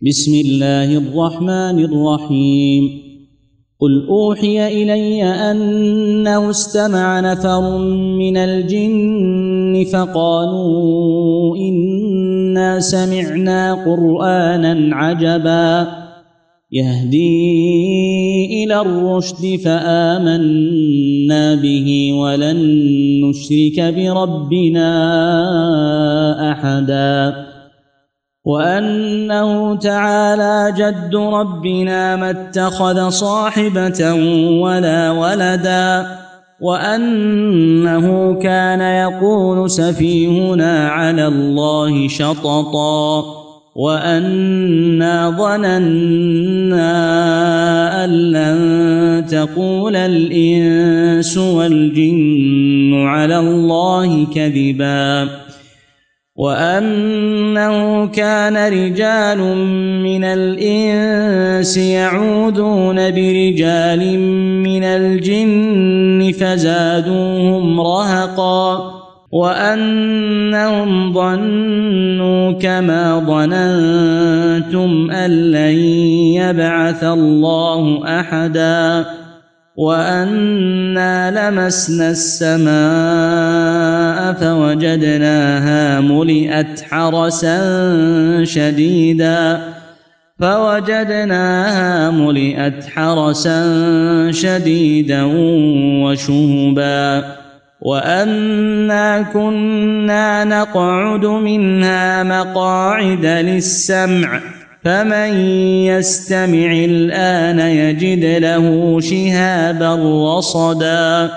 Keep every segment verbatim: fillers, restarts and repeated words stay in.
بسم الله الرحمن الرحيم قل أوحي إلي أنه استمع نفر من الجن فقالوا إنا سمعنا قرآنا عجبا يهدي إلى الرشد فآمنا به ولن نشرك بربنا أحدا وأنه تعالى جد ربنا ما اتخذ صاحبة ولا ولدا وأنه كان يقول سفيهنا على الله شططا وأنا ظننا أن لن تقول الإنس والجن على الله كذبا وأنه كان رجال من الإنس يعوذون برجال من الجن فزادوهم رهقا وأنهم ظنوا كما ظننتم أن لن يبعث الله أحدا وأنا لمسنا السماء فوجدناها ملئت حرسا شديدا فوجدناها ملئت حرسا شديدا وشهبا وأنا كنا نقعد منها مقاعد للسمع فمن يستمع الآن يجد له شهابا رصدا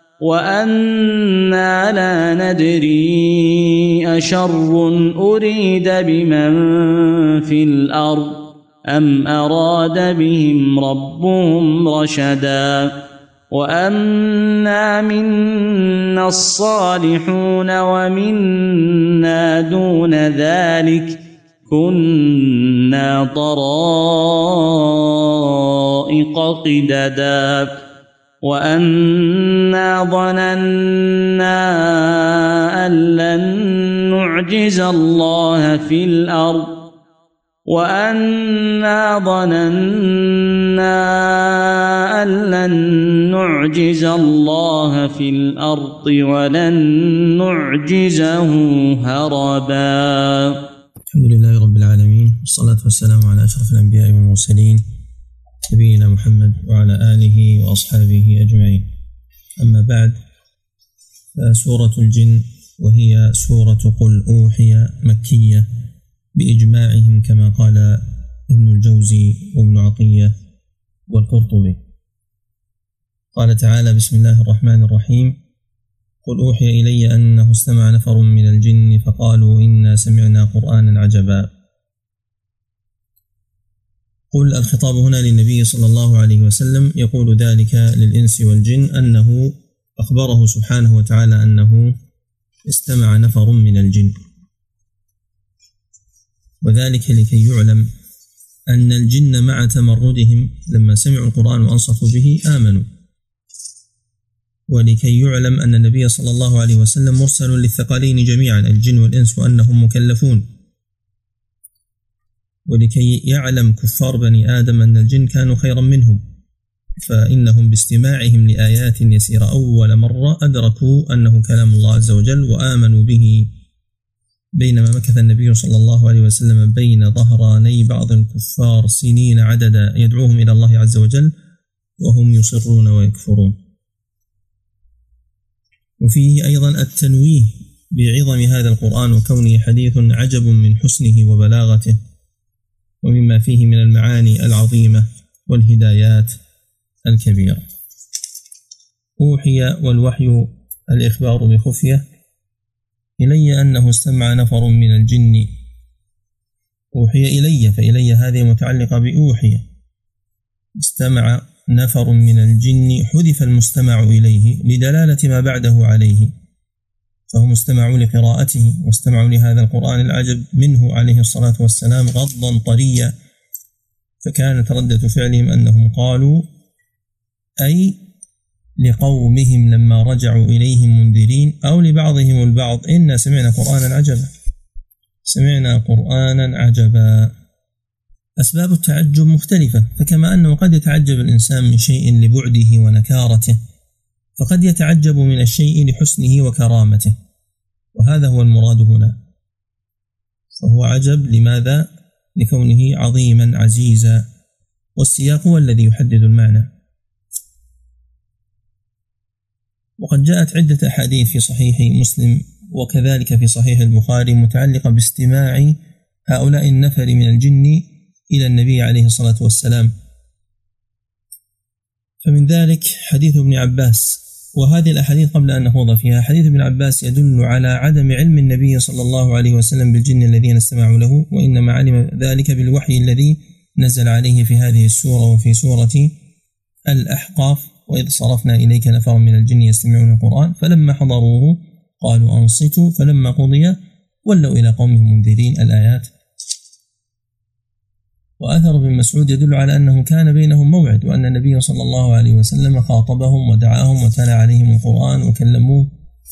وأنا لا ندري أشر أريد بمن في الأرض أم أراد بهم ربهم رشدا وأنا منا الصالحون ومنا دون ذلك كنا طرائق قددا وأنا ظننا أن لن نعجز الله في الأرض وأنا ظننا أن لن نعجز الله في الأرض ولن نعجزه هربا. الحمد لله رب العالمين والصلاة والسلام على أشرف الأنبياء والمرسلين نبينا محمد وعلى آله وأصحابه أجمعين. أما بعد، فسورة الجن وهي سورة قل أوحي مكية بإجماعهم كما قال ابن الجوزي وابن عطية والقرطبي. قال تعالى: بسم الله الرحمن الرحيم: قل أوحي إلي أنه استمع نفر من الجن فقالوا إنا سمعنا قرآنا عجبا. قل الخطاب هنا للنبي صلى الله عليه وسلم، يقول ذلك للإنس والجن أنه أخبره سبحانه وتعالى أنه استمع نفر من الجن، وذلك لكي يعلم أن الجن مع تمردهم لما سمعوا القرآن وأنصتوا به آمنوا، ولكي يعلم أن النبي صلى الله عليه وسلم مرسل للثقلين جميعا الجن والإنس وأنهم مكلفون، ولكي يعلم كفار بني آدم أن الجن كانوا خيرا منهم، فإنهم باستماعهم لآيات يسيرة أول مرة أدركوا أنه كلام الله عز وجل وآمنوا به، بينما مكث النبي صلى الله عليه وسلم بين ظهراني بعض الكفار سنين عددا يدعوهم إلى الله عز وجل وهم يصرون ويكفرون. وفيه أيضا التنويه بعظم هذا القرآن وكونه حديث عجب من حسنه وبلاغته، ومما فيه من المعاني العظيمة والهدايات الكبيرة. أوحي والوحي الإخبار بخفية إلي أنه استمع نفر من الجن. أوحي إلي، فإلي هذه متعلقة بأوحي. استمع نفر من الجن، حذف المستمع إليه لدلالة ما بعده عليه، فهم استمعوا لقراءته واستمعوا لهذا القرآن العجب منه عليه الصلاة والسلام غضا طريا، فكانت ردة فعلهم أنهم قالوا أي لقومهم لما رجعوا إليهم منذرين أو لبعضهم البعض: إنا سمعنا قرآنا عجبا، سمعنا قرآنا عجبا. أسباب التعجب مختلفة، فكما أنه قد يتعجب الإنسان من شيء لبعده ونكارته، فقد يتعجب من الشيء لحسنه وكرامته، وهذا هو المراد هنا. فهو عجب لماذا؟ لكونه عظيما عزيزا، والسياق هو الذي يحدد المعنى. وقد جاءت عدة أحاديث في صحيح مسلم وكذلك في صحيح البخاري متعلقة باستماع هؤلاء النفر من الجن إلى النبي عليه الصلاة والسلام. فمن ذلك حديث ابن عباس، وهذه الأحاديث قبل أن نخوض فيها، حديث ابن عباس يدل على عدم علم النبي صلى الله عليه وسلم بالجن الذين استمعوا له، وإنما علم ذلك بالوحي الذي نزل عليه في هذه السورة وفي سورة الأحقاف: وإذ صرفنا إليك نفرا من الجن يستمعون القرآن فلما حضروه قالوا أنصتوا فلما قضي ولوا إلى قومهم منذرين، الآيات. وأثر ابن مسعود يدل على أنه كان بينهم موعد، وأن النبي صلى الله عليه وسلم خاطبهم ودعاهم وتلا عليهم القرآن وكلموه.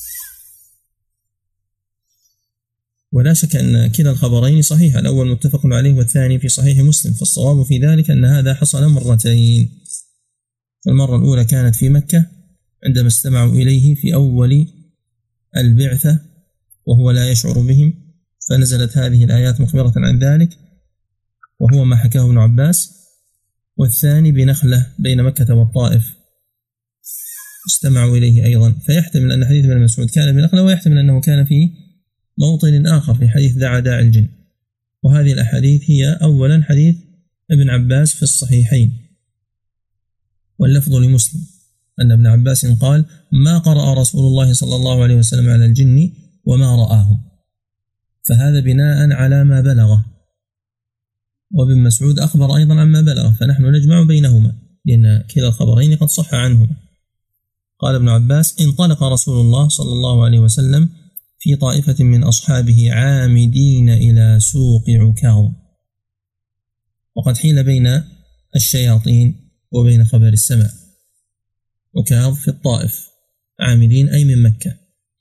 ولا شك أن كلا الخبرين صحيح، الأول متفق عليه والثاني في صحيح مسلم، فالصواب في ذلك أن هذا حصل مرتين. المرة الأولى كانت في مكة عندما استمعوا إليه في أول البعثة وهو لا يشعر بهم، فنزلت هذه الآيات مخبرة عن ذلك، وهو ما حكاه ابن عباس. والثاني بنخلة بين مكة والطائف استمعوا إليه أيضا، فيحتمل أن حديث ابن مسعود كان بنخلة، ويحتمل أنه كان في موطن آخر في حديث دعا داعي الجن. وهذه الأحاديث هي أولا حديث ابن عباس في الصحيحين، واللفظ لمسلم أن ابن عباس قال: ما قرأ رسول الله صلى الله عليه وسلم على الجن وما رآهم، فهذا بناء على ما بلغه. وابن مسعود أخبر أيضا عما بلغه، فنحن نجمع بينهما لأن كلا الخبرين قد صح عنهما. قال ابن عباس: انطلق رسول الله صلى الله عليه وسلم في طائفة من أصحابه عامدين إلى سوق عكاظ، وقد حيل بين الشياطين وبين خبر السماء. عكاظ في الطائف، عامدين أي من مكة.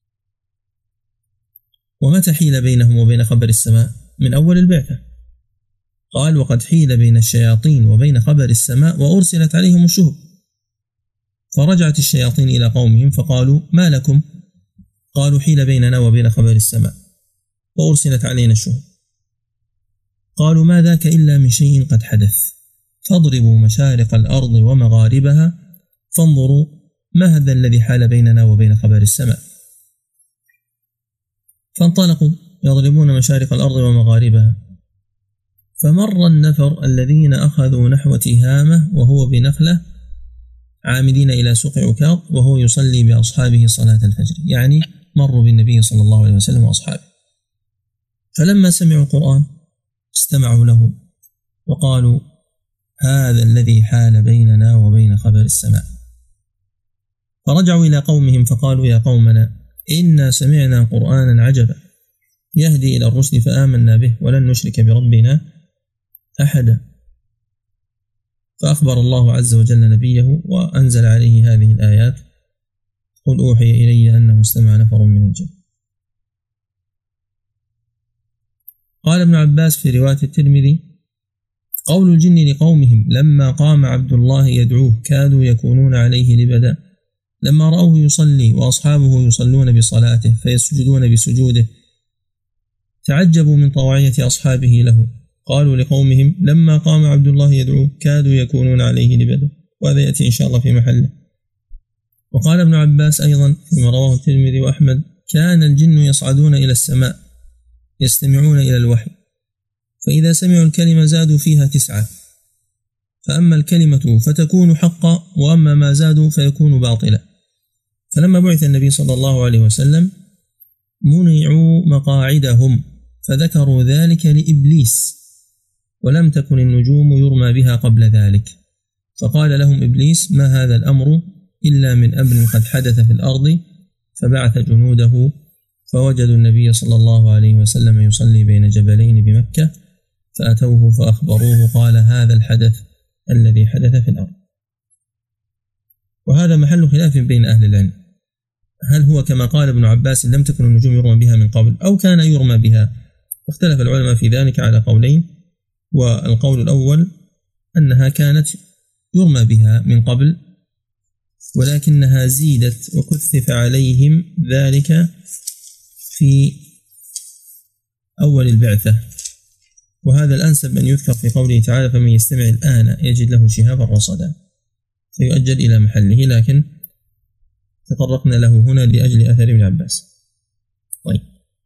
ومتى حيل بينهم وبين خبر السماء؟ من أول البعثة. قال: وقد حيل بين الشياطين وبين خبر السماء وأرسلت عليهم الشهب. فرجعت الشياطين إلى قومهم فقالوا: ما لكم؟ قالوا: حيل بيننا وبين خبر السماء وأرسلت علينا الشهب. قالوا: ما ذاك إلا من شيء قد حدث، فاضربوا مشارق الأرض ومغاربها فانظروا ما هذا الذي حال بيننا وبين خبر السماء. فانطلقوا يضربون مشارق الأرض ومغاربها، فمر النفر الذين أخذوا نحو تهامة وهو بنخلة عامدين إلى سوق عكاظ وهو يصلي بأصحابه صلاة الفجر، يعني مروا بالنبي صلى الله عليه وسلم وأصحابه. فلما سمعوا القرآن استمعوا له وقالوا: هذا الذي حال بيننا وبين خبر السماء. فرجعوا إلى قومهم فقالوا: يا قومنا إنا سمعنا قرآنا عجبا يهدي إلى الرشد فآمنا به ولن نشرك بربنا أحدا. فأخبر الله عز وجل نبيه وأنزل عليه هذه الآيات: قل أوحي إلي أنه استمع نفر من الجن. قال ابن عباس في رواية الترمذي: قول الجن لقومهم لما قام عبد الله يدعوه كادوا يكونون عليه لبدا، لما رأوه يصلي وأصحابه يصلون بصلاته فيسجدون بسجوده تعجبوا من طواعية أصحابه له. قالوا لقومهم لما قام عبد الله يدعوه كادوا يكونون عليه لبدا، وهذا يأتي إن شاء الله في محله. وقال ابن عباس أيضا فيما رواه الترمذي وأحمد: كان الجن يصعدون إلى السماء يستمعون إلى الوحي، فإذا سمعوا الكلمة زادوا فيها تسعة، فأما الكلمة فتكون حقا وأما ما زادوا فيكون باطلا. فلما بعث النبي صلى الله عليه وسلم منعوا مقاعدهم فذكروا ذلك لإبليس، ولم تكن النجوم يرمى بها قبل ذلك، فقال لهم إبليس: ما هذا الأمر إلا من أمر قد حدث في الأرض. فبعث جنوده فوجدوا النبي صلى الله عليه وسلم يصلي بين جبلين بمكة، فأتوه فأخبروه قال: هذا الحدث الذي حدث في الأرض. وهذا محل خلاف بين أهل العلم، هل هو كما قال ابن عباس لم تكن النجوم يرمى بها من قبل أو كان يرمى بها؟ واختلف العلماء في ذلك على قولين، والقول الأول أنها كانت يرمى بها من قبل، ولكنها زيدت وكثف عليهم ذلك في أول البعثة، وهذا الأنسب أن يذكر في قوله تعالى: فمن يستمع الآن يجد له شهابا رصدا، فيؤجل إلى محله، لكن تطرقنا له هنا لأجل أثر ابن عباس. طيب،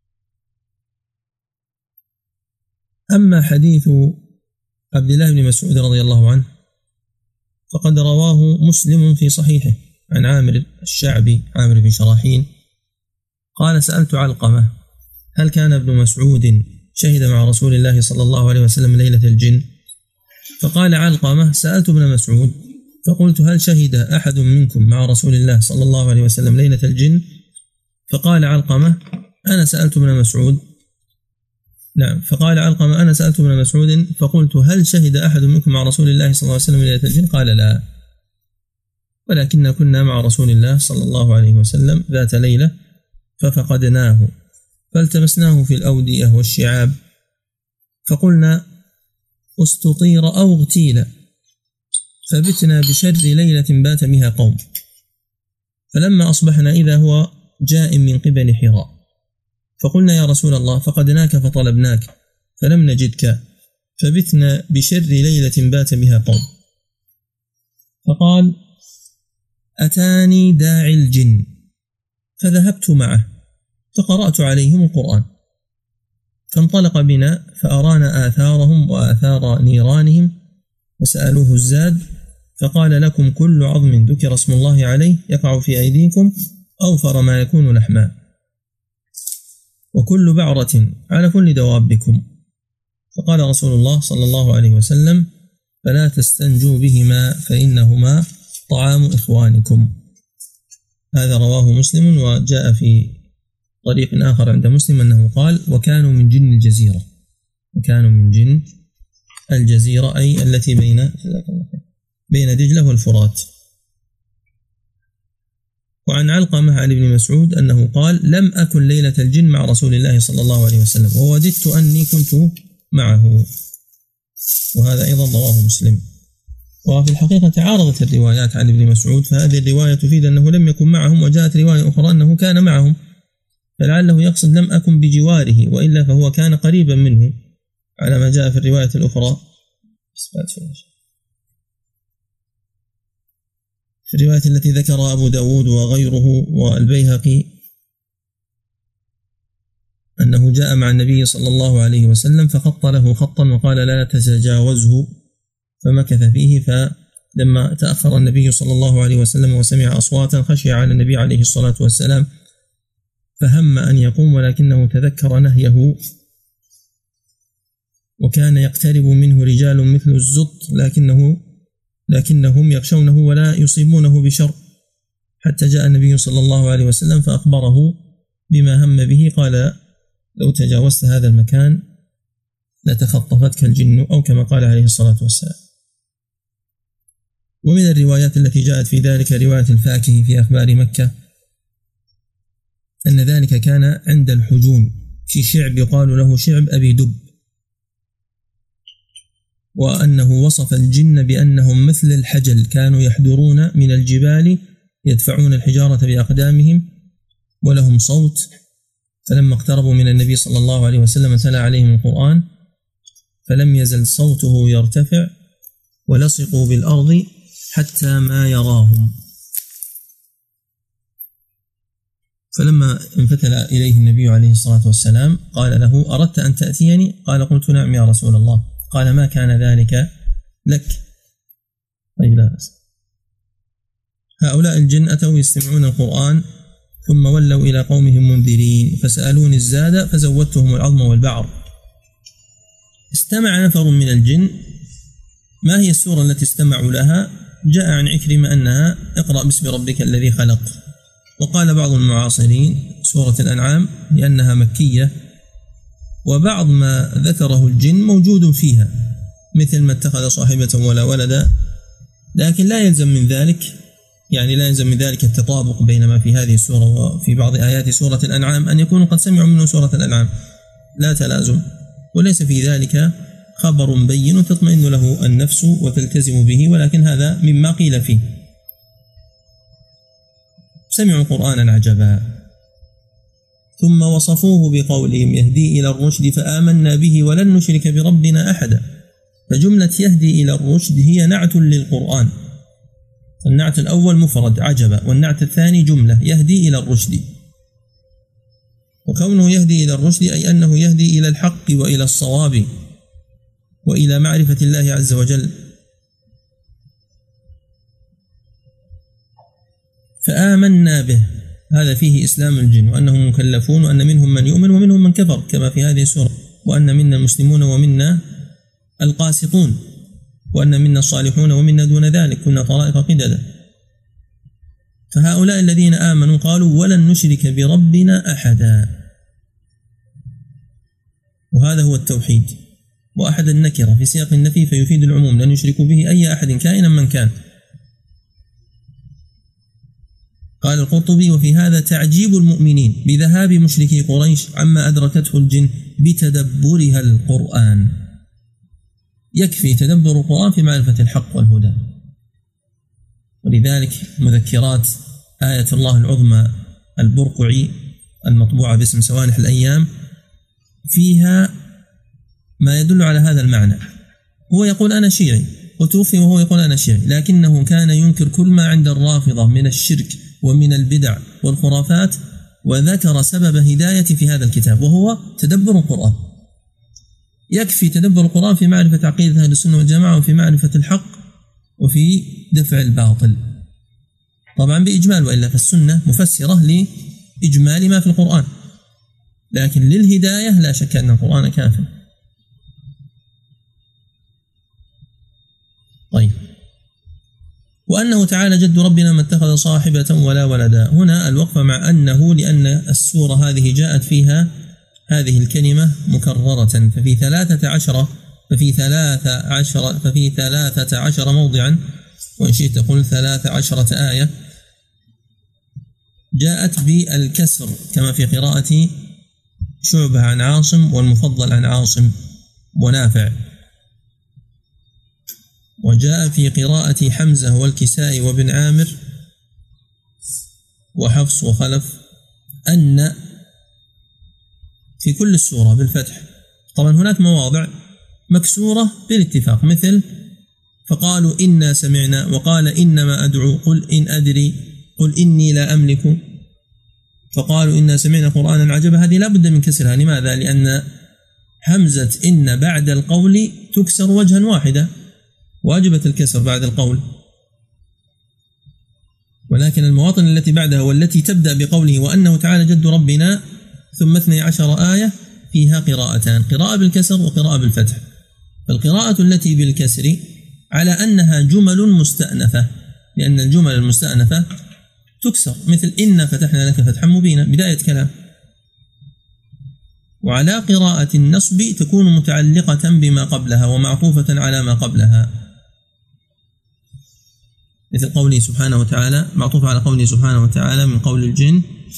أما حديث عبد الله بن مسعود رضي الله عنه فقد رواه مسلم في صحيحه عن عامر الشعبي عامر بن شراحيل قال: سألت علقمة: هل كان ابن مسعود شهد مع رسول الله صلى الله عليه وسلم ليلة الجن؟ فقال علقمة: سألت ابن مسعود فقلت: هل شهد أحد منكم مع رسول الله صلى الله عليه وسلم ليلة الجن؟ فقال علقمة: أنا سألت ابن مسعود نعم فقال علقمة: أنا سألت ابن مسعود فقلت: هل شهد أحد منكم مع رسول الله صلى الله عليه وسلم ليلة الجن؟ قال: لا، ولكننا كنا مع رسول الله صلى الله عليه وسلم ذات ليلة ففقدناه فالتمسناه في الأودية والشعاب فقلنا: استطير أو اغتيل، فبتنا بشر ليلة بات بها قوم، فلما أصبحنا إذا هو جاء من قبل حراء، فقلنا: يا رسول الله، فقدناك فطلبناك فلم نجدك، فبتنا بشر ليلة بات بها قوم. فقال: أتاني داعي الجن فذهبت معه فقرأت عليهم القرآن، فانطلق بنا فأرانا آثارهم وآثار نيرانهم، وسألوه الزاد فقال: لكم كل عظم ذكر اسم الله عليه يقع في أيديكم أوفر ما يكون لحما، وكل بعرة على كل دوابكم. فقال رسول الله صلى الله عليه وسلم: فلا تستنجوا بهما فإنهما طعام إخوانكم. هذا رواه مسلم، وجاء في طريق آخر عند مسلم أنه قال: وكانوا من جن الجزيرة، وكانوا من جن الجزيرة أي التي بين بين دجلة والفرات. وعن علقمة عن ابن مسعود أنه قال: لم أكن ليلة الجن مع رسول الله صلى الله عليه وسلم ووددت أني كنت معه، وهذا أيضا رواه مسلم. وفي الحقيقة تعارضت الروايات عن ابن مسعود، فهذه الرواية تفيد أنه لم يكن معهم، وجاءت رواية أخرى أنه كان معهم، فلعله يقصد لم أكن بجواره، وإلا فهو كان قريبا منه على ما جاء في الرواية الأخرى. في الرواية التي ذكر أبو داود وغيره والبيهقي أنه جاء مع النبي صلى الله عليه وسلم فخط له خطا وقال: لا تتجاوزه، فمكث فيه، فلما تأخر النبي صلى الله عليه وسلم وسمع أصواتا خشي على النبي عليه الصلاة والسلام فهم أن يقوم، ولكنه تذكر نهيه، وكان يقترب منه رجال مثل الزط لكنه لكنهم يخشونه ولا يصيبونه بشر، حتى جاء النبي صلى الله عليه وسلم فأخبره بما هم به، قال: لو تجاوزت هذا المكان لتخطفتك الجن، أو كما قال عليه الصلاة والسلام. ومن الروايات التي جاءت في ذلك رواية الفاكهي في أخبار مكة أن ذلك كان عند الحجون في شعب يقال له شعب أبي دب، وأنه وصف الجن بأنهم مثل الحجل، كانوا يحدرون من الجبال يدفعون الحجارة بأقدامهم ولهم صوت، فلما اقتربوا من النبي صلى الله عليه وسلم تلا عليهم القرآن فلم يزل صوته يرتفع ولصقوا بالأرض حتى ما يراهم. فلما انفتل إليه النبي عليه الصلاة والسلام قال له: أردت أن تأتيني؟ قال: قلت: نعم يا رسول الله. قال: ما كان ذلك لك؟ طيب، لا بأس. هؤلاء الجن أتوا يستمعون القرآن ثم ولوا إلى قومهم منذرين، فسألوني الزاد فزودتهم العظم والبعر. استمع نفر من الجن. ما هي السورة التي استمعوا لها؟ جاء عن عكرمة أنها اقرأ باسم ربك الذي خلق، وقال بعض المعاصرين سورة الأنعام لأنها مكية، وبعض ما ذكره الجن موجود فيها مثل ما اتخذ صاحبة ولا ولدا، لكن لا يلزم من ذلك يعني لا يلزم من ذلك التطابق بين ما في هذه السورة وفي بعض آيات سورة الأنعام أن يكونوا قد سمعوا منه سورة الأنعام، لا تلازم، وليس في ذلك خبر بين تطمئن له النفس وتلتزم به، ولكن هذا مما قيل فيه. سمعوا قرآنا عجبا ثم وصفوه بقولهم يهدي إلى الرشد فآمنا به ولن نشرك بربنا أحدا. فجملة يهدي إلى الرشد هي نعت للقرآن، النعت الأول مفرد عجبا، والنعت الثاني جملة يهدي إلى الرشد. وكونه يهدي إلى الرشد أي أنه يهدي إلى الحق وإلى الصواب وإلى معرفة الله عز وجل. فآمنا به هذا فيه إسلام الجن، وأنهم مكلفون، وأن منهم من يؤمن ومنهم من كفر كما في هذه السورة، وأن منا المسلمون ومنا القاسطون، وأن منا الصالحون ومنا دون ذلك، كنا طرائق قددا. فهؤلاء الذين آمنوا قالوا ولن نشرك بربنا أحدا، وهذا هو التوحيد. وأحد النكرة في سياق النفي فيفيد العموم، لن يشرك به أي أحد كائنا من كان. قال القرطبي وفي هذا تعجيب المؤمنين بذهاب مشركي قريش عما أدركته الجن بتدبرها القرآن. يكفي تدبر القرآن في معرفة الحق والهدى. ولذلك مذكرات آية الله العظمى البرقعي المطبوعة باسم سوانح الأيام فيها ما يدل على هذا المعنى. هو يقول أنا شيعي، وتوفي وهو يقول أنا شيعي، لكنه كان ينكر كل ما عند الرافضة من الشرك ومن البدع والخرافات، وذكر سبب هدايتي في هذا الكتاب وهو تدبر القرآن. يكفي تدبر القرآن في معرفة عقيدة أهل السنة والجماعة، وفي معرفة الحق، وفي دفع الباطل، طبعا بإجمال، وإلا فالسنة مفسرة لإجمال ما في القرآن، لكن للهداية لا شك أن القرآن كافٍ. طيب، وأنه تعالى جد ربنا ما اتخذ صاحبة ولا ولدا. هنا الوقفة مع أنه، لأن السورة هذه جاءت فيها هذه الكلمة مكررة، ففي ثلاثة عشر ففي ثلاثة عشر ففي ثلاثة عشر موضعا، وإن شئت تقول ثلاث عشرة آية، جاءت بالكسر كما في قراءة شعبة عن عاصم والمفضل عن عاصم ونافع، وجاء في قراءة حمزة والكسائي وابن عامر وحفص وخلف أن في كل السورة بالفتح. طبعا هناك مواضع مكسورة بالاتفاق، مثل فقالوا إنا سمعنا، وقال إنما أدعو قل إن أدري قل إني لا أملك، فقالوا إنا سمعنا قرآنا عجبا. هذه لا بد من كسرها. لماذا؟ لأن همزة إن بعد القول تكسر وجها واحدا، واجبة الكسر بعد القول، ولكن المواطن التي بعدها والتي تبدأ بقوله وأنه تعالى جد ربنا ثم اثني عشر آية فيها قراءتان، قراءة بالكسر وقراءة بالفتح. فالقراءة التي بالكسر على أنها جمل مستأنفة، لأن الجمل المستأنفة تكسر، مثل إن فتحنا لك فتحا مبينا بداية كلام. وعلى قراءة النصب تكون متعلقة بما قبلها ومعطوفة على ما قبلها، مثل قوله سبحانه وتعالى، معطوف على قوله سبحانه وتعالى من قول الجن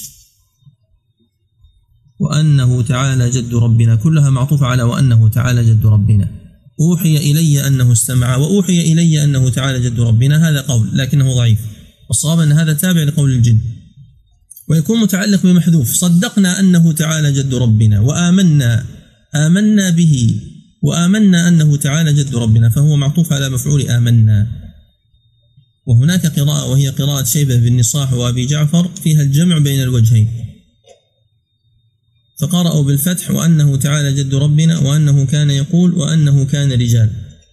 وأنه تعالى جد ربنا، كلها معطوفة على وأنه تعالى جد ربنا. أوحي إلي أنه استمع، وأوحي إلي أنه تعالى جد ربنا، هذا قول لكنه ضعيف، والصواب أن هذا تابع لقول الجن، ويكون متعلق بمحذوف. صدقنا أنه تعالى جد ربنا، وآمنا آمنا به، وآمنا أنه تعالى جد ربنا، فهو معطوف على مفعول آمنا. وهناك قراءة وهي قراءة شيبة بن نصاح وأبي جعفر فيها الجمع بين الوجهين، فقرأوا بالفتح وأنه تعالى جد ربنا، وأنه كان يقول وأنه كان رجال،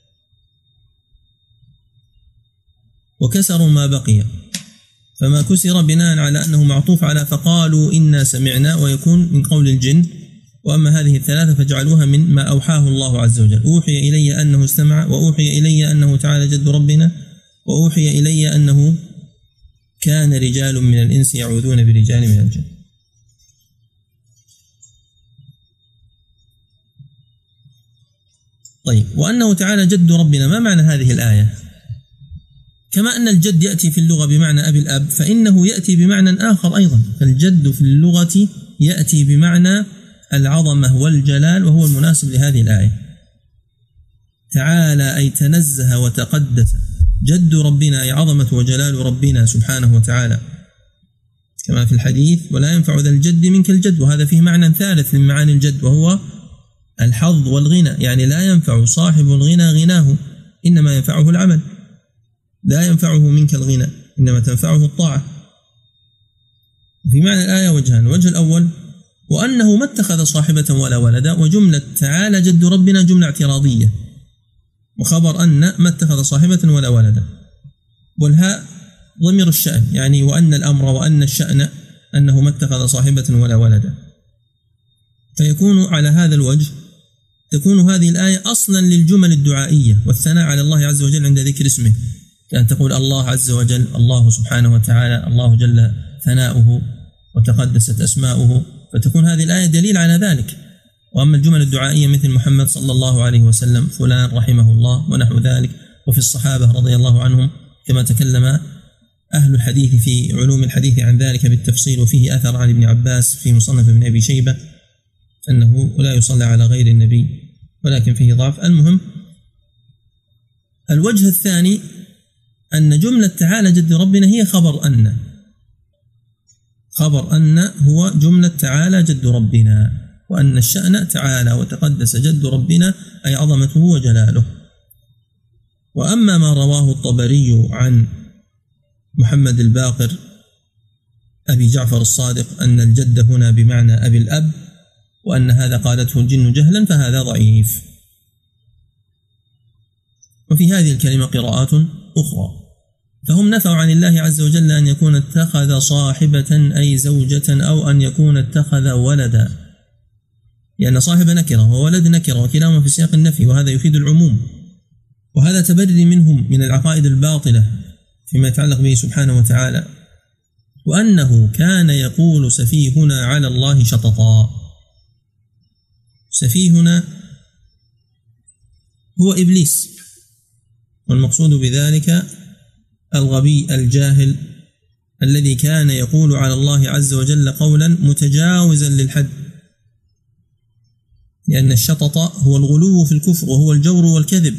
وكسروا ما بقي، فما كسر بناء على أنه معطوف على فقالوا إنا سمعنا، ويكون من قول الجن. وأما هذه الثلاثة فاجعلوها من ما أوحاه الله عز وجل. أوحي إلي أنه استمع، وأوحي إلي أنه تعالى جد ربنا، وأوحي إلي أنه كان رجال من الإنس يعوذون برجال من الجن. طيب، وأنه تعالى جد ربنا، ما معنى هذه الآية؟ كما أن الجد يأتي في اللغة بمعنى أبي الأب، فإنه يأتي بمعنى آخر أيضا. فالجد في اللغة يأتي بمعنى العظمة والجلال، وهو المناسب لهذه الآية. تعالى أي تنزه وتقدس جد ربنا أي عظمة وجلال ربنا سبحانه وتعالى، كما في الحديث ولا ينفع ذا الجد منك الجد، وهذا فيه معنى ثالث من معاني الجد وهو الحظ والغنى، يعني لا ينفع صاحب الغنى غناه إنما ينفعه العمل، لا ينفعه منك الغنى إنما تنفعه الطاعة. في معنى الآية وجهان: الوجه الأول وأنه ما اتخذ صاحبة ولا ولدا، وجملة تعالى جد ربنا جملة اعتراضية، وخبر أن ما اتخذ صاحبة ولا ولدا، والهاء ضمير الشأن، يعني وأن الأمر وأن الشأن أنه ما اتخذ صاحبة ولا ولدا، فيكون على هذا الوجه تكون هذه الآية أصلا للجمل الدعائية والثناء على الله عز وجل عند ذكر اسمه، كأن تقول الله عز وجل، الله سبحانه وتعالى، الله جل ثناؤه وتقدست أسماؤه، فتكون هذه الآية دليل على ذلك. وأما الجمل الدعائية مثل محمد صلى الله عليه وسلم، فلان رحمه الله، ونحو ذلك، وفي الصحابة رضي الله عنهم، كما تكلم أهل الحديث في علوم الحديث عن ذلك بالتفصيل، وفيه أثر عن ابن عباس في مصنف ابن أبي شيبة أنه لا يصلى على غير النبي، ولكن فيه ضعف. المهم، الوجه الثاني أن جملة تعالى جد ربنا هي خبر أن، خبر أن هو جملة تعالى جد ربنا، وأن الشأن تعالى وتقدس جد ربنا أي عظمته وجلاله. وأما ما رواه الطبري عن محمد الباقر أبي جعفر الصادق أن الجد هنا بمعنى أبي الأب، وأن هذا قالته الجن جهلا، فهذا ضعيف. وفي هذه الكلمة قراءات أخرى، فهم نفوا عن الله عز وجل أن يكون اتخذ صاحبة أي زوجة، أو أن يكون اتخذ ولدا، لأن صاحب نكرة وولد نكرة وكلاهما في سياق النفي، وهذا يفيد العموم. وهذا تبري منهم من العقائد الباطلة فيما يتعلق به سبحانه وتعالى. وأنه كان يقول سفيهنا على الله شططا. سفيهنا هو إبليس، والمقصود بذلك الغبي الجاهل الذي كان يقول على الله عز وجل قولا متجاوزا للحد، لأن الشطط هو الغلو في الكفر وهو الجور والكذب،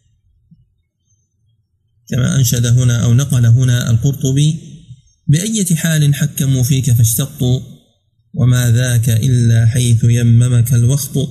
كما أنشد هنا أو نقل هنا القرطبي: بأية حال حكموا فيك فاشتطوا، وما ذاك إلا حيث يممك الوخط.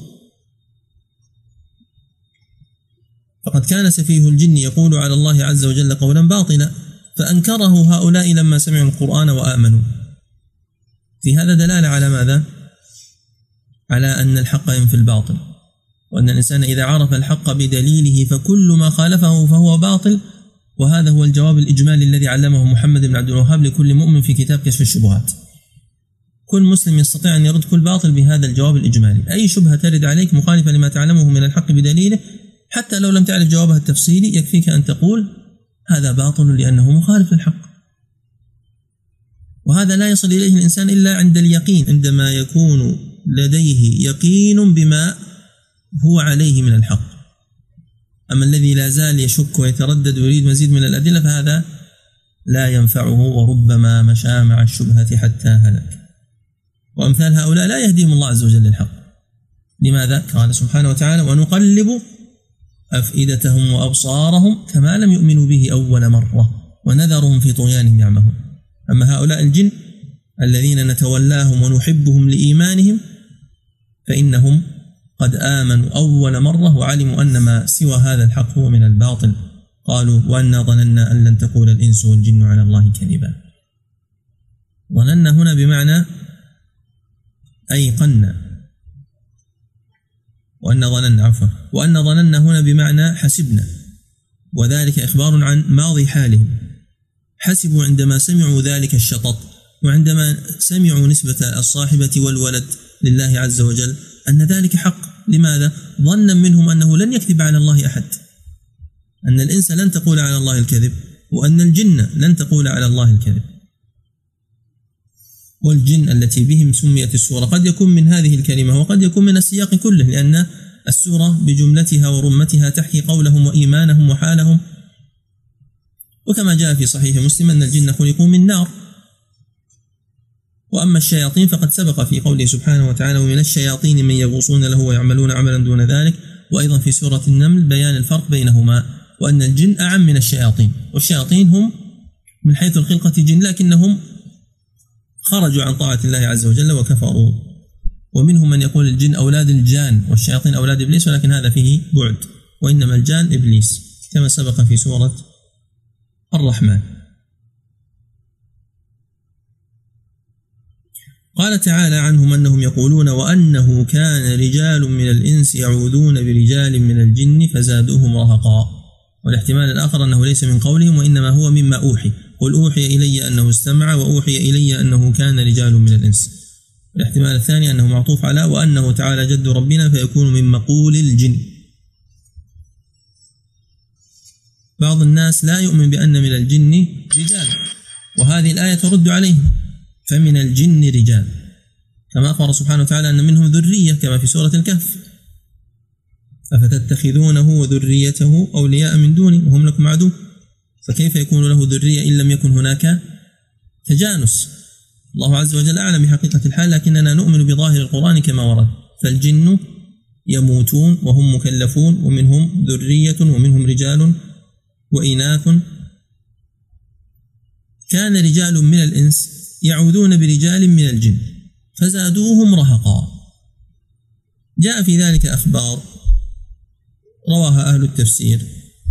فقد كان سفيه الجن يقول على الله عز وجل قولا باطلا، فأنكره هؤلاء لما سمعوا القرآن وآمنوا. في هذا دلالة على ماذا؟ على أن الحق ينفي الباطل، وأن الإنسان إذا عرف الحق بدليله فكل ما خالفه فهو باطل. وهذا هو الجواب الإجمالي الذي علمه محمد بن عبد الوهاب لكل مؤمن في كتاب كشف الشبهات. كل مسلم يستطيع أن يرد كل باطل بهذا الجواب الإجمالي. أي شبهة ترد عليك مخالفة لما تعلمه من الحق بدليله، حتى لو لم تعرف جوابها التفصيلي، يكفيك أن تقول هذا باطل لأنه مخالف للحق. وهذا لا يصل إليه الإنسان إلا عند اليقين، عندما يكون لديه يقين بما هو عليه من الحق. أما الذي لا زال يشك ويتردد ويريد مزيد من الأدلة فهذا لا ينفعه، وربما مشى مع الشبهة حتى هلك. وأمثال هؤلاء لا يهديهم الله عز وجل للحق. لماذا؟ قال سبحانه وتعالى: ونقلب أفئدتهم وأبصارهم كما لم يؤمنوا به أول مرة ونذرهم في طغيانهم يعمهون. أما هؤلاء الجن الذين نتولاهم ونحبهم لإيمانهم فإنهم قد آمنوا أول مرة وعلموا أن ما سوى هذا الحق هو من الباطل. قالوا: وأنا ظننا أن لن تقول الإنس والجن على الله كذبا. ظننا هنا بمعنى أيقنا، وأن ظننا عفوا وأن ظننا هنا بمعنى حسبنا، وذلك إخبار عن ماضي حالهم. حسبوا عندما سمعوا ذلك الشطط، وعندما سمعوا نسبة الصاحبة والولد لله عز وجل، أن ذلك حق. لماذا؟ ظنا منهم أنه لن يكذب على الله أحد، أن الإنس لن تقول على الله الكذب، وأن الجن لن تقول على الله الكذب. والجن التي بهم سميت السورة قد يكون من هذه الكلمة وقد يكون من السياق كله، لأن السورة بجملتها ورمتها تحكي قولهم وإيمانهم وحالهم. وكما جاء في صحيح مسلم أن الجن خلقوا من نار. وأما الشياطين فقد سبق في قوله سبحانه وتعالى: ومن الشياطين من يغوصون له ويعملون عملا دون ذلك وأيضا في سورة النمل بيان الفرق بينهما، وأن الجن أعم من الشياطين، والشياطين هم من حيث الخلقة جن لكنهم خرجوا عن طاعة الله عز وجل وكفروا. ومنهم من يقول الجن أولاد الجان والشياطين أولاد إبليس، ولكن هذا فيه بعد، وإنما الجان إبليس كما سبق في سورة الرحمن. قال تعالى عنهم أنهم يقولون وأنه كان رجال من الإنس يعوذون برجال من الجن فزادوهم رهقا. والاحتمال الآخر أنه ليس من قولهم وإنما هو مما أوحي، قل أوحي إلي أنه استمع وأوحي إلي أنه كان رجال من الإنس. الاحتمال الثاني أنه معطوف على وأنه تعالى جد ربنا فيكون من مقول الجن. بعض الناس لا يؤمن بأن من الجن رجال، وهذه الآية ترد عليهم، فمن الجن رجال، كما أخبر سبحانه وتعالى أن منهم ذرية كما في سورة الكهف، أفتتخذونه وذريته أولياء من دوني وهم لكم عدو، فكيف يكون له ذرية إن لم يكن هناك تجانس؟ الله عز وجل أعلم بحقيقة الحال، لكننا نؤمن بظاهر القرآن كما ورد. فالجن يموتون وهم مكلفون، ومنهم ذرية ومنهم رجال وإناث. كان رجال من الإنس يعوذون برجال من الجن فزادوهم رهقا. جاء في ذلك أخبار رواها أهل التفسير،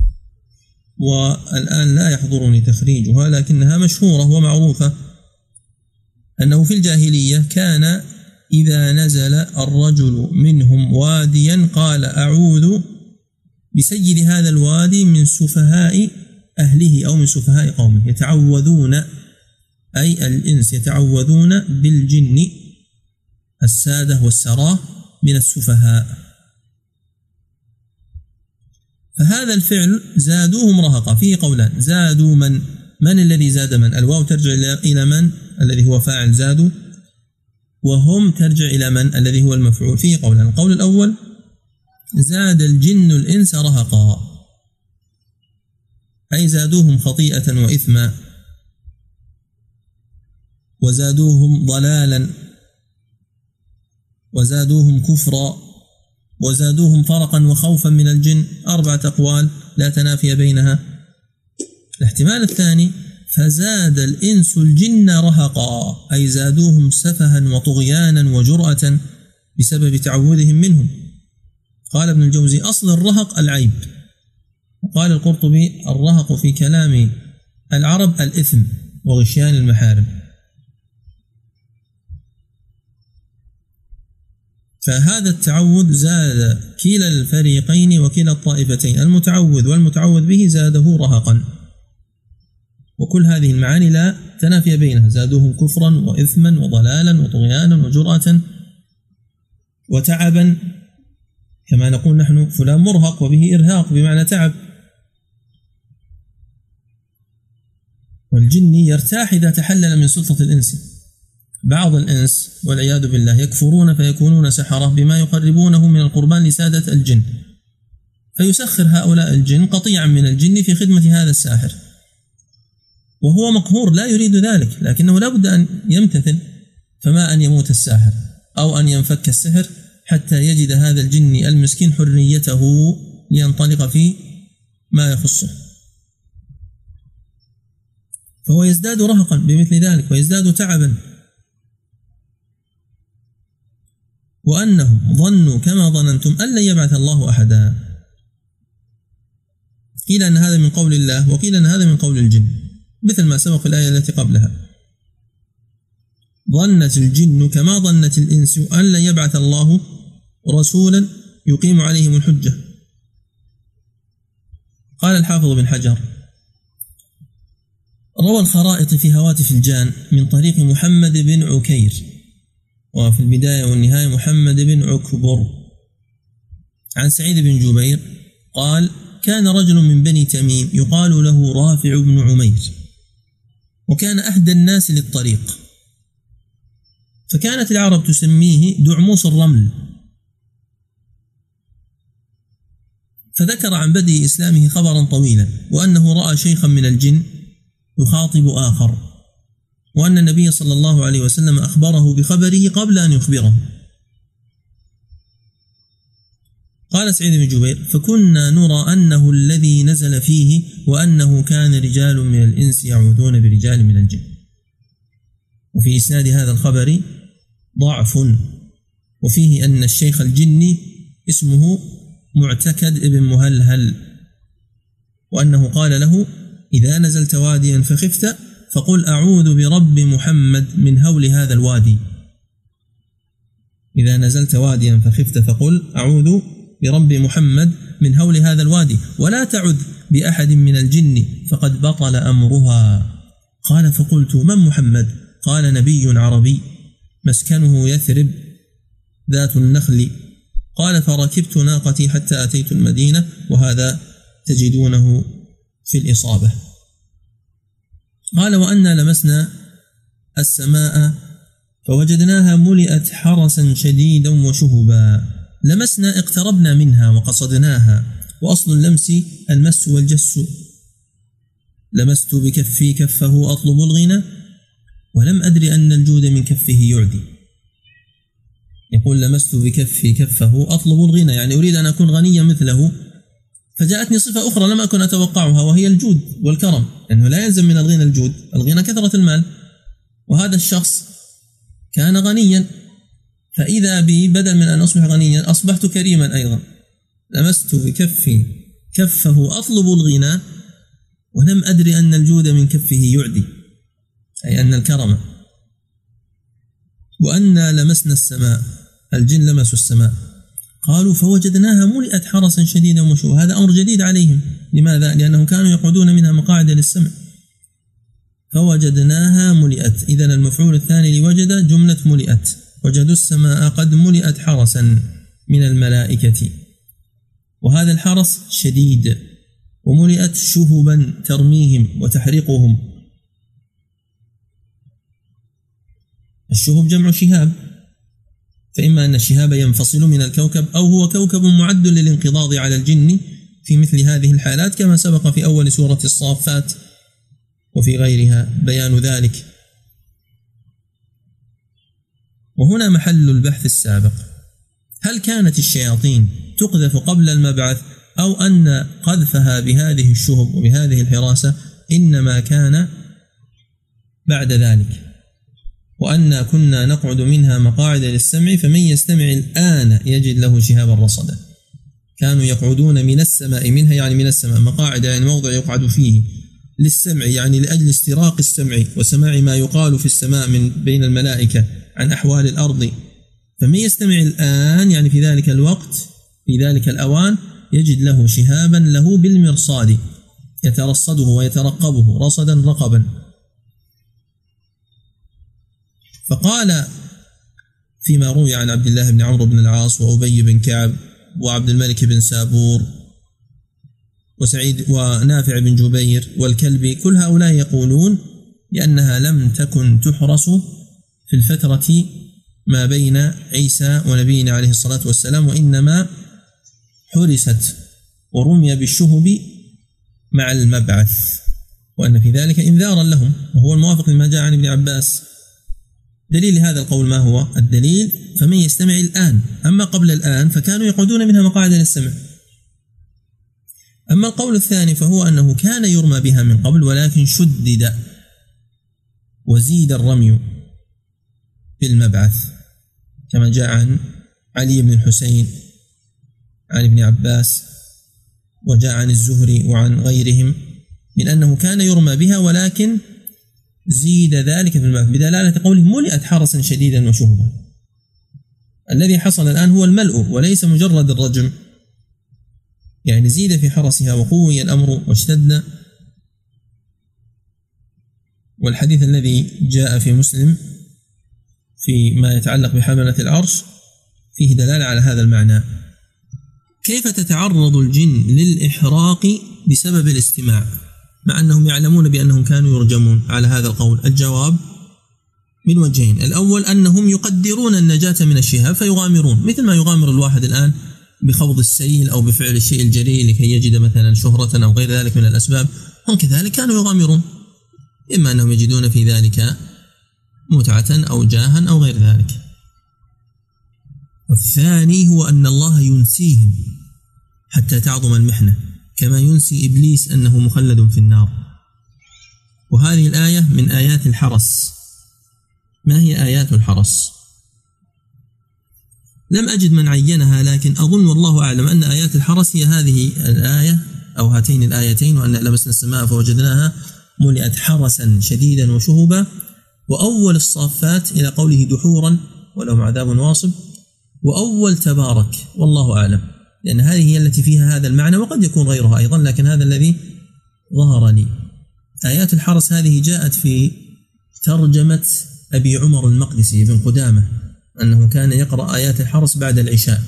والآن لا يحضرني تخريجها لكنها مشهورة ومعروفة، أنه في الجاهلية كان إذا نزل الرجل منهم واديا قال أعوذ بسيد هذا الوادي من سفهاء أهله أو من سفهاء قومه. يتعوذون أي الإنس يتعوذون بالجن السادة والسراه من السفهاء، فهذا الفعل زادوهم رهقا. فيه قولان، زادوا من من الذي زاد من؟ الواو ترجع إلى من الذي هو فاعل زادوا، وهم ترجع إلى من الذي هو المفعول. فيه قولان، القول الأول زاد الجن الإنس رهقا، أي زادوهم خطيئة وإثما، وزادوهم ضلالا، وزادوهم كفرا، وزادوهم فرقا وخوفا من الجن. أربعة أقوال لا تنافي بينها. الاحتمال الثاني فزاد الإنس الجن رهقا، أي زادوهم سفها وطغيانا وجرأة بسبب تعوذهم منهم. قال ابن الجوزي أصل الرهق العيب، وقال القرطبي الرهق في كلام العرب الإثم وغشيان المحارم. فهذا التعوذ زاد كلا الفريقين وكلا الطائفتين، المتعوذ والمتعوذ به زاده رهقا، وكل هذه المعاني لا تنافي بينها. زادوهم كفرا وإثما وضلالا وطغيانا وجرأة وتعبا، كما نقول نحن فلان مرهق وبه إرهاق بمعنى تعب. والجن يرتاح إذا تحلل من سلطة الإنس. بعض الإنس والعياذ بالله يكفرون فيكونون سحرة بما يقربونه من القربان لسادة الجن، فيسخر هؤلاء الجن قطيعا من الجن في خدمة هذا الساحر، وهو مقهور لا يريد ذلك، لكنه لا بد أن يمتثل. فما أن يموت الساحر أو أن ينفك السحر حتى يجد هذا الجن المسكين حريته لينطلق في ما يخصه، فهو يزداد رهقا بمثل ذلك ويزداد تعبا. وأنهم ظنوا كما ظننتم أن لن يبعث الله أحدا. قيل أن هذا من قول الله، وقيل أن هذا من قول الجن، مثل ما سبق في الآية التي قبلها. ظنت الجن كما ظنت الإنس أن لن يبعث الله رسولا يقيم عليهم الحجة. قال الحافظ بن حجر روى الخرائط في هواتف الجان من طريق محمد بن عكير، وفي البداية والنهاية محمد بن عكبر، عن سعيد بن جبير قال كان رجل من بني تميم يقال له رافع بن عمير، وكان أهدى الناس للطريق، فكانت العرب تسميه دعموس الرمل. فذكر عن بدء إسلامه خبرا طويلا، وأنه رأى شيخا من الجن يخاطب آخر، وأن النبي صلى الله عليه وسلم أخبره بخبره قبل أن يخبره. قال سعيد بن جبير: فكنا نرى أنه الذي نزل فيه، وأنه كان رجال من الإنس يعوذون برجال من الجن. وفي إسناد هذا الخبر ضعف، وفيه أن الشيخ الجني اسمه معتكد ابن مهلهل، وأنه قال له: إذا نزلت واديا فخفت فقل أعوذ برب محمد من هول هذا الوادي. إذا نزلت واديا فخفت فقل أعوذ برب محمد من هول هذا الوادي، ولا تعذ بأحد من الجن فقد بطل أمرها. قال: فقلت: من محمد؟ قال: نبي عربي مسكنه يثرب ذات النخل. قال: فركبت ناقتي حتى أتيت المدينة، وهذا تجدونه في الإصابة. قال: وأنا لمسنا السماء فوجدناها ملئت حرسا شديدا وشهبا. لمسنا اقتربنا منها وقصدناها، وأصل اللمس المس والجس. لمست بكفي كفه أطلب الغنى، ولم أدري أن الجود من كفه يعدي. يقول: لمست بكفي كفه أطلب الغنى، يعني أريد أن أكون غنيا مثله، فجاءتني صفة أخرى لم أكن أتوقعها، وهي الجود والكرم، لأنه لا يلزم من الغنى الجود، الغنى كثرة المال، وهذا الشخص كان غنيا، فإذا بي بدل من أن أصبح غنيا أصبحت كريما أيضا. لمست بكفي كفه أطلب الغنى، ولم أدري أن الجود من كفه يعدي، أي أن الكرم. وأنا لمسنا السماء، الجن لمسوا السماء. قالوا: فوجدناها ملئت حرسا شديدا وشهبا. هذا أمر جديد عليهم. لماذا؟ لأنهم كانوا يقعدون منها مقاعد للسمع. فوجدناها ملئت، إذن المفعول الثاني لوجد جملة ملئت. وجدوا السماء قد ملئت حرسا من الملائكة، وهذا الحرس شديد، وملئت شهبا ترميهم وتحرقهم. الشهب جمع شهاب، فإما أن الشهاب ينفصل من الكوكب، أو هو كوكب معد للانقضاض على الجن في مثل هذه الحالات، كما سبق في أول سورة الصافات وفي غيرها بيان ذلك. وهنا محل البحث السابق: هل كانت الشياطين تقذف قبل المبعث، أو أن قذفها بهذه الشهب وبهذه الحراسة إنما كان بعد ذلك، وأن كنا نقعد منها مقاعد للسمع فمن يستمع الآن يجد له شهابا رصدا. كانوا يقعدون من السماء، منها يعني من السماء، مقاعد يعني موضع يقعد فيه للسمع، يعني لأجل استراق السمع وسماع ما يقال في السماء من بين الملائكة عن أحوال الأرض. فمن يستمع الآن يعني في ذلك الوقت، في ذلك الأوان، يجد له شهابا له بالمرصاد يترصده ويترقبه رصدا رقبا. فقال فيما روي عن عبد الله بن عمرو بن العاص وأبي بن كعب وعبد الملك بن سابور وسعيد ونافع بن جبير والكلبي، كل هؤلاء يقولون لأنها لم تكن تحرس في الفترة ما بين عيسى ونبينا عليه الصلاة والسلام، وإنما حرست ورمي بالشهب مع المبعث، وأن في ذلك إنذارا لهم، وهو الموافق لما جاء عن ابن عباس. دليل هذا القول ما هو؟ الدليل: فمن يستمع الآن. أما قبل الآن فكانوا يقعدون منها مقاعد للسمع. أما القول الثاني فهو أنه كان يرمى بها من قبل، ولكن شدد وزيد الرمي بالمبعث، كما جاء عن علي بن الحسين عن ابن عباس، وجاء عن الزهري وعن غيرهم من أنه كان يرمى بها، ولكن زيد ذلك في المبعث، بدلالة قوله ملئت حرسا شديدا وشهبا. الذي حصل الآن هو الملء وليس مجرد الرجم، يعني زيد في حرسها وقوي الأمر واشتد. والحديث الذي جاء في مسلم فيما يتعلق بحملة العرش فيه دلالة على هذا المعنى. كيف تتعرض الجن للإحراق بسبب الاستماع مع أنهم يعلمون بأنهم كانوا يرجمون على هذا القول؟ الجواب من وجهين: الأول أنهم يقدرون النجاة من الشهاب فيغامرون، مثل ما يغامر الواحد الآن بخوض السيل أو بفعل الشيء الجليل لكي يجد مثلا شهرة أو غير ذلك من الأسباب، هم كذلك كانوا يغامرون، إما أنهم يجدون في ذلك متعة أو جاها أو غير ذلك. والثاني هو أن الله ينسيهم حتى تعظم المحنة، كما ينسي إبليس أنه مخلد في النار. وهذه الآية من آيات الحرس. ما هي آيات الحرس؟ لم أجد من عينها، لكن أظن والله أعلم أن آيات الحرس هي هذه الآية أو هاتين الآيتين: وأن لمسنا السماء فوجدناها ملئت حرسا شديدا وشهبا، وأول الصافات إلى قوله دحورا ولهم عذاب واصب، وأول تبارك، والله أعلم، لأن هذه هي التي فيها هذا المعنى، وقد يكون غيرها أيضا، لكن هذا الذي ظهر لي. آيات الحرس هذه جاءت في ترجمة أبي عمر المقدسي بن قدامة، أنه كان يقرأ آيات الحرس بعد العشاء.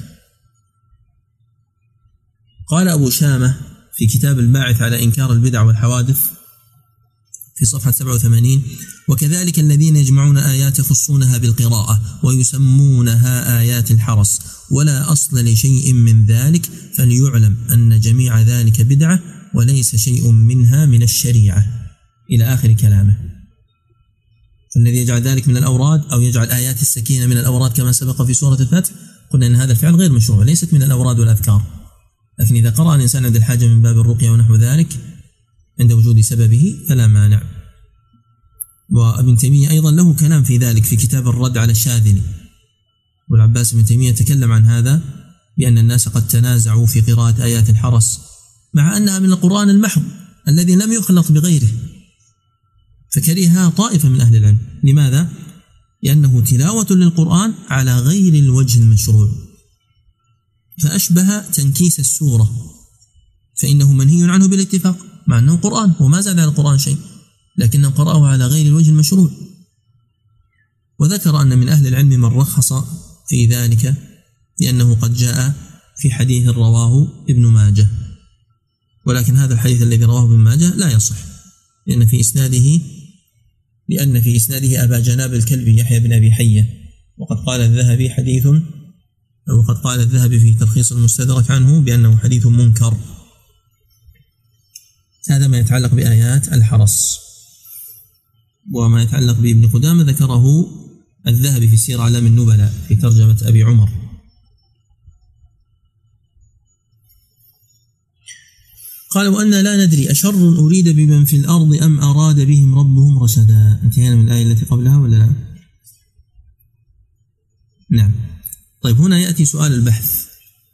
قال أبو شامة في كتاب الباعث على إنكار البدع والحوادث في صفحة سبعة وثمانين: وكذلك الذين يجمعون آيات يخصونها بالقراءة ويسمونها آيات الحرس، ولا أصل لشيء من ذلك، فليعلم أن جميع ذلك بدعة وليس شيء منها من الشريعة، إلى آخر كلامه. فالذي يجعل ذلك من الأوراد أو يجعل آيات السكينة من الأوراد كما سبق في سورة الفتح، قلنا أن هذا الفعل غير مشروع، ليست من الأوراد والأذكار، لكن إذا قرأ الإنسان عند الحاجة من باب الرقية ونحو ذلك عند وجود سببه فلا مانع. وابن تيمية أيضا له كلام في ذلك في كتاب الرد على الشاذلي، والعباس بن تيمية تكلم عن هذا بأن الناس قد تنازعوا في قراءة آيات الحرس مع أنها من القرآن المحض الذي لم يخلط بغيره، فكرهها طائفة من أهل العلم. لماذا؟ لأنه تلاوة للقرآن على غير الوجه المشروع، فأشبه تنكيس السورة، فإنه منهي عنه بالاتفاق، مع أنه قرآن وما زاد على القرآن شيء، لكنه قرأه على غير الوجه المشروع. وذكر أن من أهل العلم من رخص في ذلك لأنه قد جاء في حديث رواه ابن ماجه، ولكن هذا الحديث الذي رواه ابن ماجه لا يصح، لأن في إسناده لأن في إسناده أبا جناب الكلبي يحيى بن أبي حية، وقد قال الذهبي حديث وقد قال الذهبي في تلخيص المستدرك عنه بأنه حديث منكر. هذا ما يتعلق بآيات الحرس. وما يتعلق بابن قدامة ذكره الذهبي في سير أعلام النبلاء في ترجمة أبي عمر. قال: وأنا لا ندري أشر أريد بمن في الأرض أم أراد بهم ربهم رشدا. انتهينا من الآية التي قبلها ولا لا؟ نعم. طيب، هنا يأتي سؤال البحث: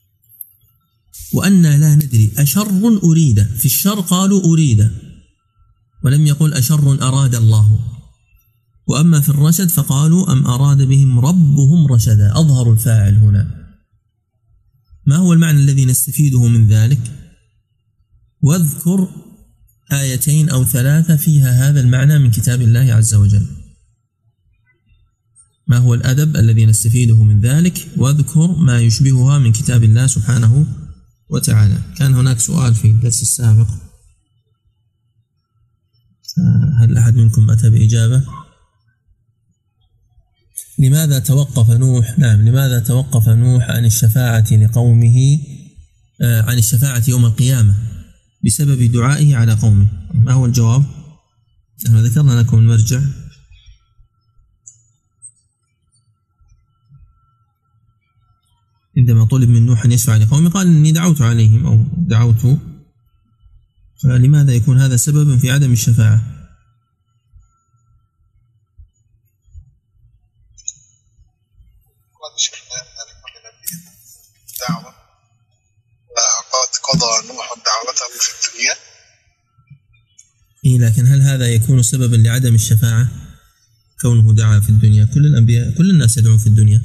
وأنا لا ندري أشر أريد، في الشر قالوا أريد ولم يقل أشر أراد الله، وأما في الرشد فقالوا أم أراد بهم ربهم رشدا، أظهر الفاعل هنا. ما هو المعنى الذي نستفيده من ذلك؟ واذكر آيتين أو ثلاثة فيها هذا المعنى من كتاب الله عز وجل. ما هو الأدب الذي نستفيده من ذلك؟ واذكر ما يشبهها من كتاب الله سبحانه وتعالى. كان هناك سؤال في الدرس السابق، هل أحد منكم أتى بإجابة؟ لماذا توقف نوح نعم لماذا توقف نوح عن الشفاعة لقومه عن الشفاعة يوم القيامة بسبب دعائه على قومه؟ ما هو الجواب؟ نحن ذكرنا لكم المرجع. عندما طلب من نوح أن يشفع لقومه قال إني دعوت عليهم أو دعوت، فلماذا يكون هذا سببا في عدم الشفاعة؟ دعوة وقد قضى نوح دعوته في الدنيا. إيه، لكن هل هذا يكون سببا لعدم الشفاعة كونه دعا في الدنيا؟ كل الأنبياء كل الناس يدعون في الدنيا.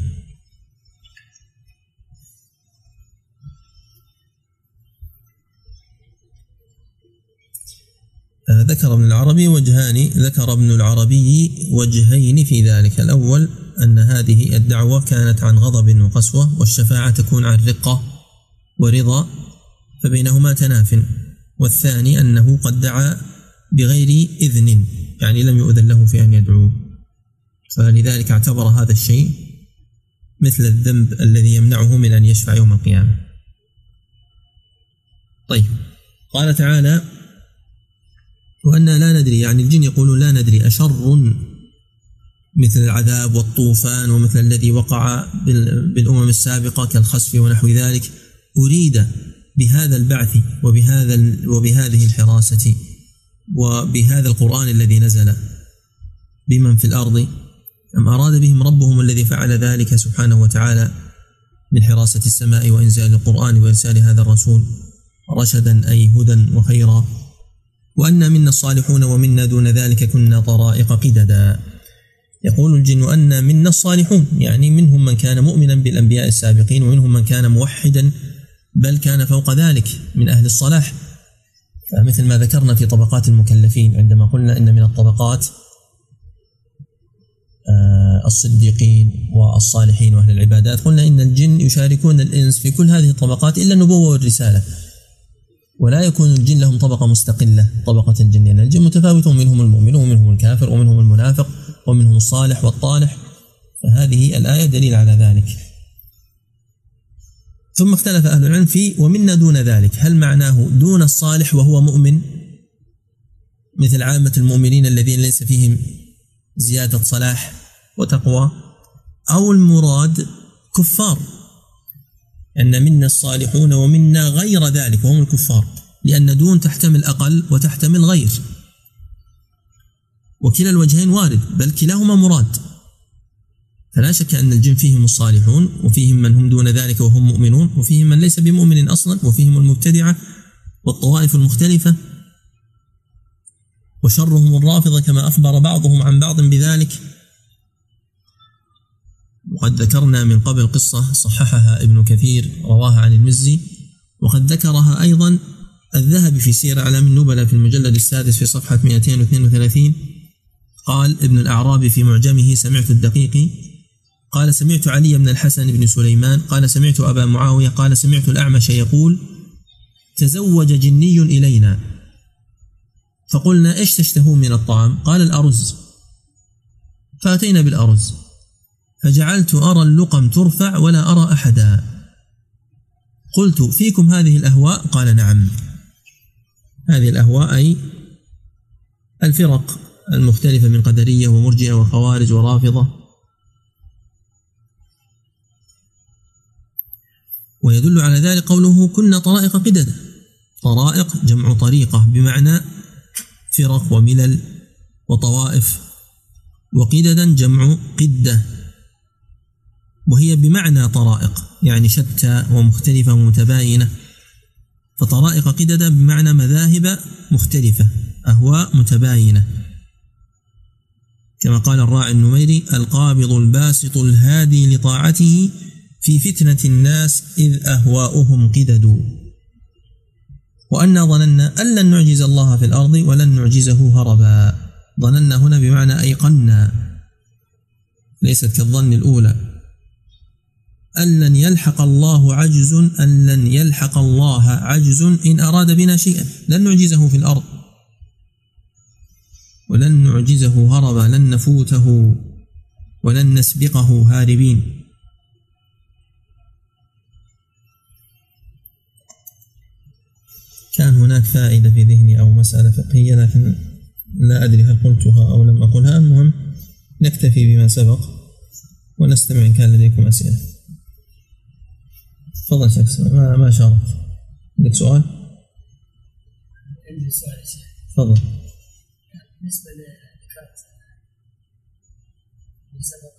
ذكر ابن العربي وجهان ذكر ابن العربي وجهين في ذلك. الأول أن هذه الدعوة كانت عن غضب وقسوة، والشفاعة تكون عن رقة ورضا، فبينهما تناف. والثاني أنه قد دعا بغير إذن، يعني لم يؤذن له في أن يدعو، فلذلك اعتبر هذا الشيء مثل الذنب الذي يمنعه من أن يشفع يوم القيامة. طيب، قال تعالى: وأنا لا ندري، يعني الجن يقولون لا ندري أشر مثل العذاب والطوفان ومثل الذي وقع بالأمم السابقة كالخسف ونحو ذلك أريد بهذا البعث وبهذا وبهذه الحراسة وبهذا القرآن الذي نزل بمن في الأرض، أم أراد بهم ربهم الذي فعل ذلك سبحانه وتعالى من حراسة السماء وإنزال القرآن وإرسال هذا الرسول رشدا أي هدى وخيرا؟ وأنا منا الصالحون ومنا دون ذلك كنا طرائق قددا. يقول الجن أن منا الصالحون، يعني منهم من كان مؤمنا بالأنبياء السابقين، ومنهم من كان موحدا بل كان فوق ذلك من أهل الصلاح. فمثل ما ذكرنا في طبقات المكلفين عندما قلنا إن من الطبقات الصديقين والصالحين وأهل العبادات، قلنا إن الجن يشاركون الإنس في كل هذه الطبقات إلا النبوة والرسالة، ولا يكون الجن لهم طبقة مستقلة طبقة الجن، لأن الجن متفاوتون، منهم المؤمن ومنهم الكافر ومنهم المنافق ومنهم الصالح والطالح، فهذه الآية دليل على ذلك. ثم اختلف أهل العلم في ومنا دون ذلك، هل معناه دون الصالح وهو مؤمن مثل عامة المؤمنين الذين ليس فيهم زيادة صلاح وتقوى، أو المراد كفار، أن منا الصالحون ومنا غير ذلك وهم الكفار، لأن دون تحتمل أقل وتحتمل غير، وكلا الوجهين وارد بل كلاهما مراد. فلا شك أن الجن فيهم الصالحون وفيهم من هم دون ذلك وهم مؤمنون، وفيهم من ليس بمؤمن أصلا، وفيهم المبتدعة والطوائف المختلفة، وشرهم الرافضة كما أخبر بعضهم عن بعض بذلك. وقد ذكرنا من قبل قصة صححها ابن كثير رواها عن المزي، وقد ذكرها أيضا الذهبي في سير أعلام النبلاء في المجلد السادس في صفحة مئتين واثنين وثلاثين. قال ابن الأعرابي في معجمه سمعت الدقيقي قال سمعت علي بن الحسن بن سليمان قال سمعت أبا معاوية قال سمعت الأعمش يقول تزوج جني إلينا فقلنا إيش تشتهون من الطعام؟ قال الأرز، فأتينا بالأرز فجعلت أرى اللقم ترفع ولا أرى أحدا، قلت فيكم هذه الأهواء؟ قال نعم. هذه الأهواء أي الفرق المختلفة من قدرية ومرجئة وخوارج ورافضة. ويدل على ذلك قوله كنا طرائق قددا، طرائق جمع طريقة بمعنى فرق وملل وطوائف، وقددا جمع قدة وهي بمعنى طرائق يعني شتى ومختلفة ومتباينة، فطرائق قددا بمعنى مذاهب مختلفة أهواء متباينة، كما قال الراعي النميري القابض الباسط الهادي لطاعته في فتنة الناس إذ أهواؤهم قدد. وأنا ظننا أن لن نعجز الله في الأرض ولن نعجزه هربا. ظننا هنا بمعنى أيقنا، ليست كالظن الأولى. أن لن يلحق الله عجز أن لن يلحق الله عجز إن أراد بنا شيئا، لن نعجزه في الأرض ولن نعجزه هربا، لن نفوته ولن نسبقه هاربين. كان هناك فائدة في ذهني أو مسألة فقهية لكن لا أدري هل قلتها أو لم أقلها. المهم نكتفي بما سبق ونستمع إن كان لديكم أسئلة. تفضل شخص ما ما شارك. عندك سؤال؟ عندي سؤال يا شيخ. تفضل. بالنسبة لذكرت سبق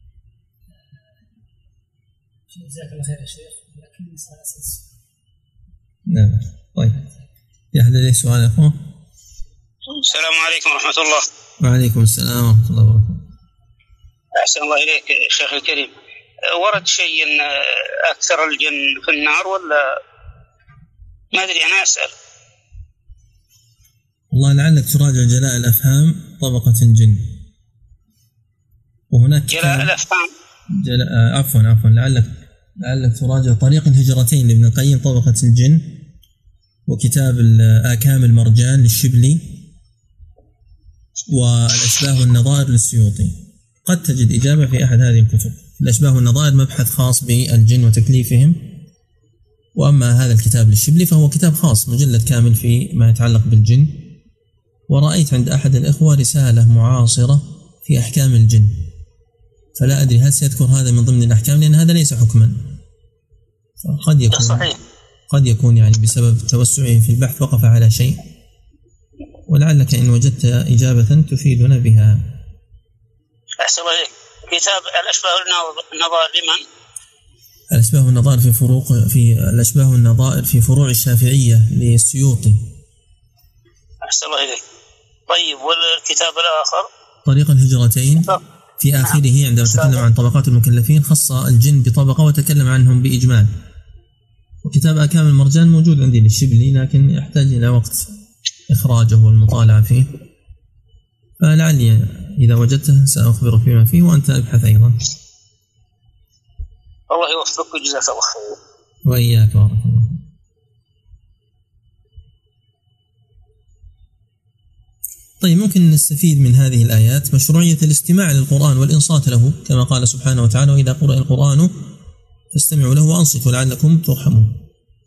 جزاك الله خير يا شيخ، لكن سأسأل. نعم طيب. في أحد لديه سؤال يا أخوان؟ السلام عليكم ورحمة الله. وعليكم السلام ورحمة الله وبركاته. أحسن الله إليك الشيخ الكريم. ورد شيء أن أكثر الجن في النار ولا ما أدري، أنا أسأل. والله لعلك تراجع جلاء الأفهام طبقة الجن، وهناك جلاء الأفهام جلاء عفوا عفوا لعلك لعلك تراجع طريق الهجرتين لابن القيم طبقة الجن، وكتاب آكام المرجان للشبلي، والأشباه والنظائر للسيوطي. قد تجد إجابة في أحد هذه الكتب. الأشباه والنظائر مبحث خاص بالجن وتكليفهم، وأما هذا الكتاب للشبلي فهو كتاب خاص مجلد كامل في ما يتعلق بالجن. ورأيت عند أحد الإخوة رسالة معاصرة في أحكام الجن، فلا أدري هل سيذكر هذا من ضمن الأحكام، لأن هذا ليس حكما، قد يكون صحيح. قد يكون يعني بسبب توسعه في البحث وقف على شيء، ولعلك إن وجدت إجابة تفيدنا بها. أحسن الله إليك. كتاب الأشباه والنظائر لمن؟ الأشباه والنظائر في فروق في الأشباه والنظائر في فروع الشافعية للسيوطي. أحسن الله إليك. طيب، والكتاب الآخر طريق الهجرتين في آخره عندما تكلم عن طبقات المكلفين خص الجن بطبقة وتكلم عنهم بإجمال. وكتاب أكام المرجان موجود عندي للشبلي، لكن يحتاج إلى وقت إخراجه والمطالعة فيه، فلعلي إذا وجدته سأخبرك بما فيه وأنت ابحث أيضا. الله يوفقك وجزاك الله خير. وإياك بارك الله. طيب، ممكن نستفيد من هذه الآيات مشروعية الاستماع للقرآن والإنصات له، كما قال سبحانه وتعالى: وإذا قرأ القرآن فاستمعوا له وأنصتوا لعلكم ترحمون.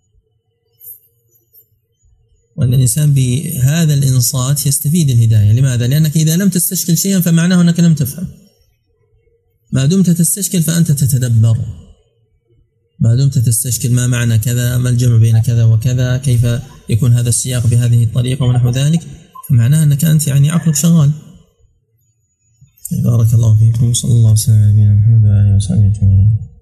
وأن الإنسان بهذا الإنصات يستفيد الهداية. لماذا؟ لأنك إذا لم تستشكل شيئا فمعناه أنك لم تفهم. ما دمت تستشكل فأنت تتدبر، ما دمت تستشكل ما معنى كذا، ما الجمع بين كذا وكذا، كيف يكون هذا السياق بهذه الطريقة ونحو ذلك، فمعناه أنك أنت يعني عقلك شغال. بارك الله فيكم، صلى الله وسلم على نبينا محمد وعلى آله وصحبه أجمعين.